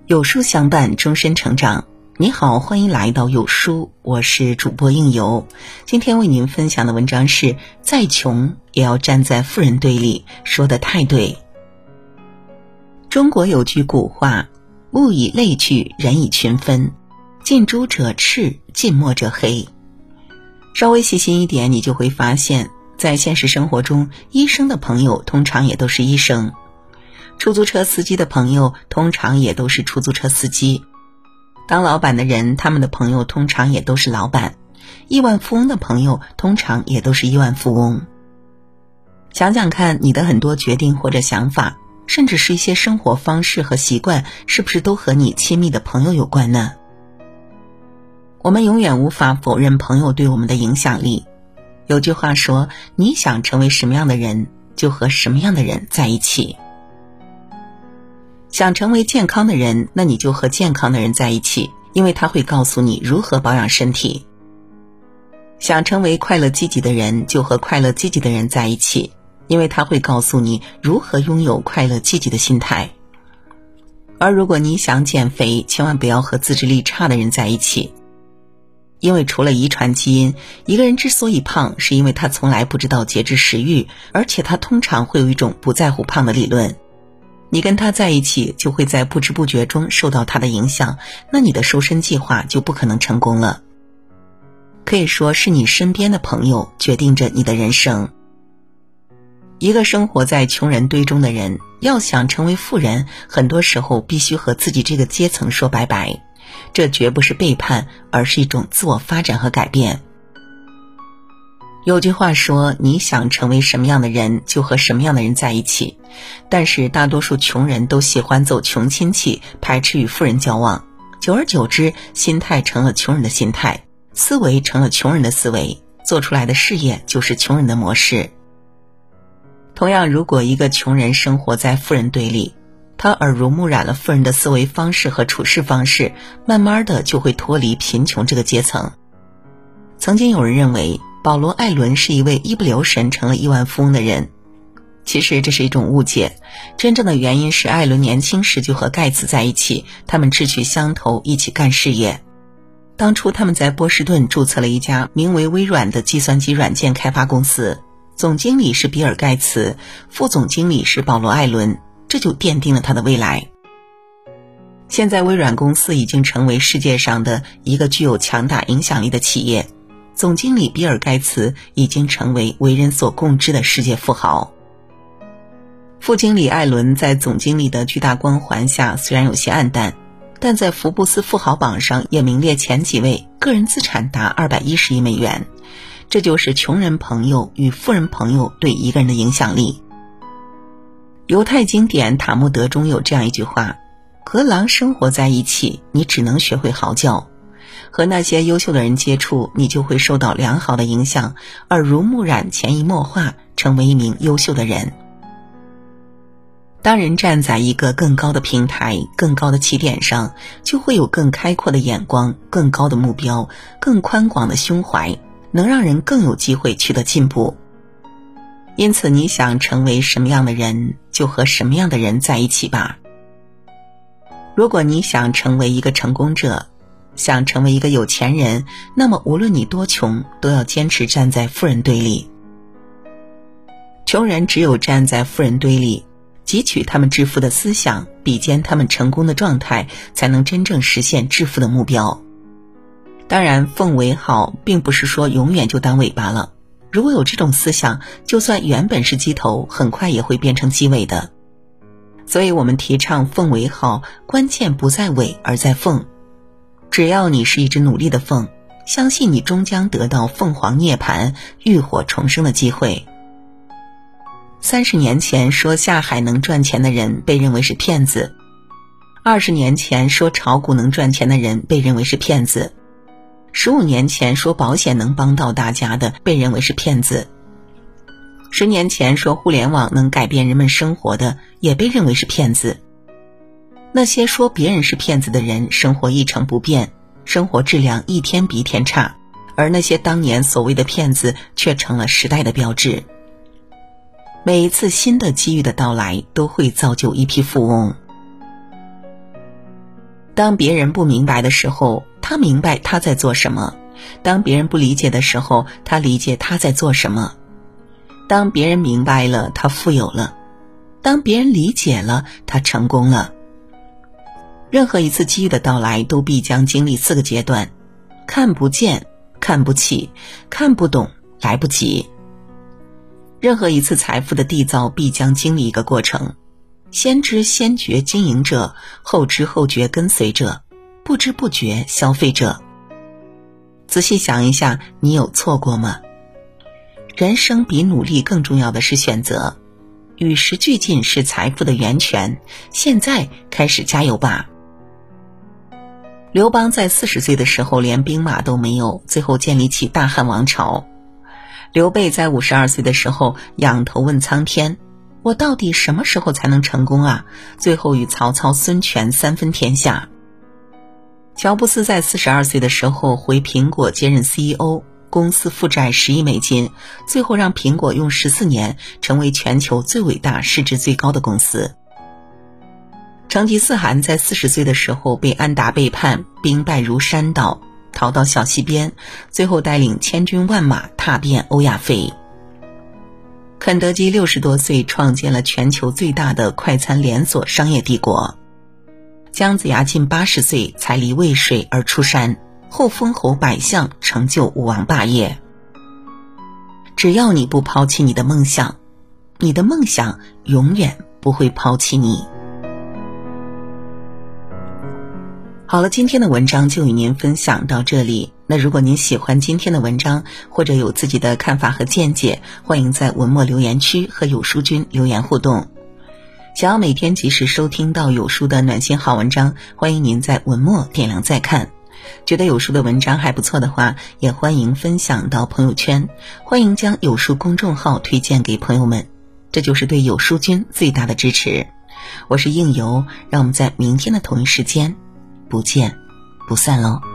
有书相伴，终身成长。你好，欢迎来到有书，我是主播应由。今天为您分享的文章是：再穷也要站在富人堆里，说得太对。中国有句古话，物以类聚，人以群分，近朱者赤，近墨者黑。稍微细心一点，你就会发现，在现实生活中，医生的朋友通常也都是医生，出租车司机的朋友通常也都是出租车司机，当老板的人，他们的朋友通常也都是老板，亿万富翁的朋友通常也都是亿万富翁。想想看，你的很多决定或者想法，甚至是一些生活方式和习惯，是不是都和你亲密的朋友有关呢？我们永远无法否认朋友对我们的影响力。有句话说，你想成为什么样的人，就和什么样的人在一起。想成为健康的人，那你就和健康的人在一起，因为他会告诉你如何保养身体。想成为快乐积极的人，就和快乐积极的人在一起，因为他会告诉你如何拥有快乐积极的心态。而如果你想减肥，千万不要和自制力差的人在一起，因为除了遗传基因，一个人之所以胖，是因为他从来不知道节制食欲，而且他通常会有一种不在乎胖的理论。你跟他在一起，就会在不知不觉中受到他的影响，那你的瘦身计划就不可能成功了。可以说是你身边的朋友决定着你的人生。一个生活在穷人堆中的人，要想成为富人，很多时候必须和自己这个阶层说拜拜，这绝不是背叛，而是一种自我发展和改变。有句话说，你想成为什么样的人，就和什么样的人在一起。但是大多数穷人都喜欢走穷亲戚，排斥与富人交往，久而久之，心态成了穷人的心态，思维成了穷人的思维，做出来的事业就是穷人的模式。同样，如果一个穷人生活在富人堆里，他耳濡目染了富人的思维方式和处事方式，慢慢的就会脱离贫穷这个阶层。曾经有人认为保罗·艾伦是一位一不留神成了亿万富翁的人，其实这是一种误解，真正的原因是艾伦年轻时就和盖茨在一起，他们志趣相投，一起干事业。当初他们在波士顿注册了一家名为微软的计算机软件开发公司，总经理是比尔·盖茨，副总经理是保罗·艾伦，这就奠定了他的未来。现在微软公司已经成为世界上的一个具有强大影响力的企业，总经理比尔·盖茨已经成为为人所共知的世界富豪。副经理艾伦在总经理的巨大光环下虽然有些暗淡，但在福布斯富豪榜上也名列前几位，个人资产达210亿美元。这就是穷人朋友与富人朋友对一个人的影响力。犹太经典《塔木德》中有这样一句话，和狼生活在一起，你只能学会嚎叫。和那些优秀的人接触，你就会受到良好的影响，耳濡目染，潜移默化，成为一名优秀的人。当人站在一个更高的平台，更高的起点上，就会有更开阔的眼光，更高的目标，更宽广的胸怀，能让人更有机会取得进步。因此，你想成为什么样的人，就和什么样的人在一起吧。如果你想成为一个成功者，想成为一个有钱人，那么无论你多穷，都要坚持站在富人堆里。穷人只有站在富人堆里，汲取他们致富的思想，比肩他们成功的状态，才能真正实现致富的目标。当然，奉为好并不是说永远就当尾巴了，如果有这种思想，就算原本是鸡头，很快也会变成鸡尾的。所以我们提倡奉为好，关键不在尾，而在奉。只要你是一只努力的凤，相信你终将得到凤凰涅槃、浴火重生的机会。30年前说下海能赚钱的人被认为是骗子，20年前说炒股能赚钱的人被认为是骗子，15年前说保险能帮到大家的被认为是骗子，10年前说互联网能改变人们生活的也被认为是骗子。那些说别人是骗子的人，生活一成不变，生活质量一天比一天差，而那些当年所谓的骗子却成了时代的标志。每一次新的机遇的到来，都会造就一批富翁。 当别人不明白的时候，他明白他在做什么；当别人不理解的时候，他理解他在做什么。当别人明白了，他富有了；当别人理解了，他成功了。任何一次机遇的到来都必将经历4个阶段：看不见、看不起、看不懂、来不及。任何一次财富的缔造必将经历一个过程：先知先觉经营者，后知后觉跟随者，不知不觉消费者。仔细想一下，你有错过吗？人生比努力更重要的是选择，与时俱进是财富的源泉，现在开始加油吧。刘邦在40岁的时候连兵马都没有，最后建立起大汉王朝。刘备在52岁的时候仰头问苍天，我到底什么时候才能成功啊？最后与曹操、孙权3分天下。乔布斯在42岁的时候回苹果接任 CEO， 公司负债10亿美金，最后让苹果用14年成为全球最伟大、市值最高的公司。成吉思汗在40岁的时候被安达背叛，兵败如山倒，逃到小溪边，最后带领千军万马踏遍欧亚非。肯德基60多岁创建了全球最大的快餐连锁商业帝国。姜子牙近80岁才离渭水而出山，后封侯百相，成就武王霸业。只要你不抛弃你的梦想，你的梦想永远不会抛弃你。好了，今天的文章就与您分享到这里。那如果您喜欢今天的文章，或者有自己的看法和见解，欢迎在文末留言区和有书君留言互动。想要每天及时收听到有书的暖心好文章，欢迎您在文末点亮再看。觉得有书的文章还不错的话，也欢迎分享到朋友圈，欢迎将有书公众号推荐给朋友们，这就是对有书君最大的支持。我是应由，让我们在明天的同一时间不见不散喽。